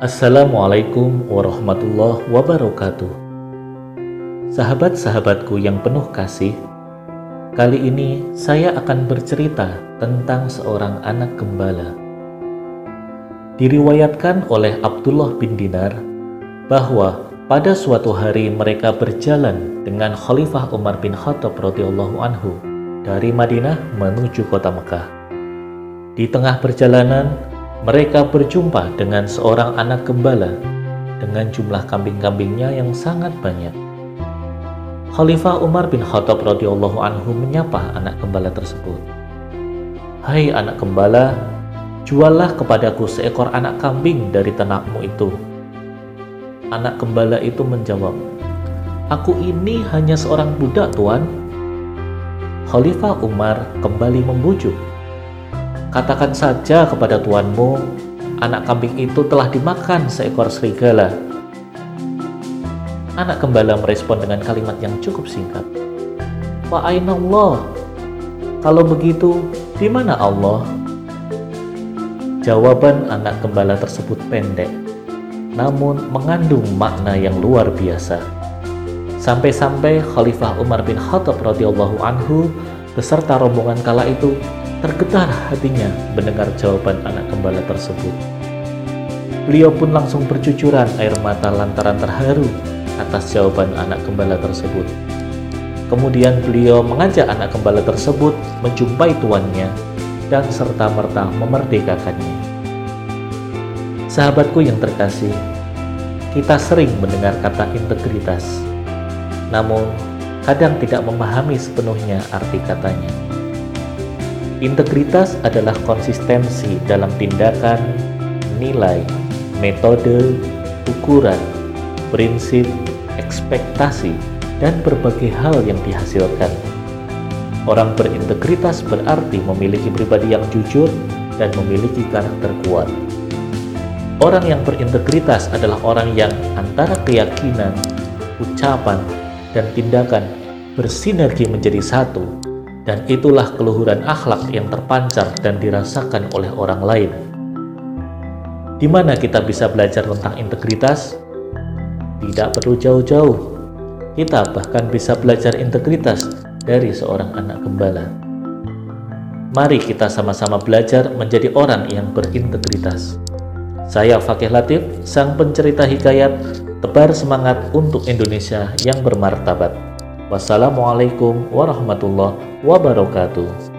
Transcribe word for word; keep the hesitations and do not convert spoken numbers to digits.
Assalamualaikum warahmatullahi wabarakatuh. Sahabat-sahabatku yang penuh kasih, kali ini saya akan bercerita tentang seorang anak gembala. Diriwayatkan oleh Abdullah bin Dinar bahwa pada suatu hari mereka berjalan dengan Khalifah Umar bin Khattab radhiyallahu anhu dari Madinah menuju kota Mekah. Di tengah perjalanan, mereka berjumpa dengan seorang anak gembala dengan jumlah kambing-kambingnya yang sangat banyak. Khalifah Umar bin Khattab radhiyallahu anhu menyapa anak gembala tersebut. "Hai anak gembala, juallah kepadaku seekor anak kambing dari ternakmu itu." Anak gembala itu menjawab, "Aku ini hanya seorang budak, Tuan." Khalifah Umar kembali membujuk, "Katakan saja kepada tuanmu, anak kambing itu telah dimakan seekor serigala." Anak gembala merespon dengan kalimat yang cukup singkat, "Wa aina Allah? Kalau begitu, di mana Allah?" Jawaban anak gembala tersebut pendek, namun mengandung makna yang luar biasa. Sampai-sampai Khalifah Umar bin Khattab radhiyallahu anhu beserta rombongan kala itu tergetar hatinya mendengar jawaban anak gembala tersebut. Beliau pun langsung bercucuran air mata lantaran terharu atas jawaban anak gembala tersebut. Kemudian beliau mengajak anak gembala tersebut menjumpai tuannya dan serta-merta memerdekakannya. Sahabatku yang terkasih, kita sering mendengar kata integritas, namun kadang tidak memahami sepenuhnya arti katanya. Integritas adalah konsistensi dalam tindakan, nilai, metode, ukuran, prinsip, ekspektasi, dan berbagai hal yang dihasilkan. Orang berintegritas berarti memiliki pribadi yang jujur dan memiliki karakter kuat. Orang yang berintegritas adalah orang yang antara keyakinan, ucapan, dan tindakan bersinergi menjadi satu, dan itulah keluhuran akhlak yang terpancar dan dirasakan oleh orang lain. Di mana kita bisa belajar tentang integritas? Tidak perlu jauh-jauh. Kita bahkan bisa belajar integritas dari seorang anak gembala. Mari kita sama-sama belajar menjadi orang yang berintegritas. Saya Fakih Latif, sang pencerita hikayat, tebar semangat untuk Indonesia yang bermartabat. Wassalamualaikum warahmatullahi wabarakatuh.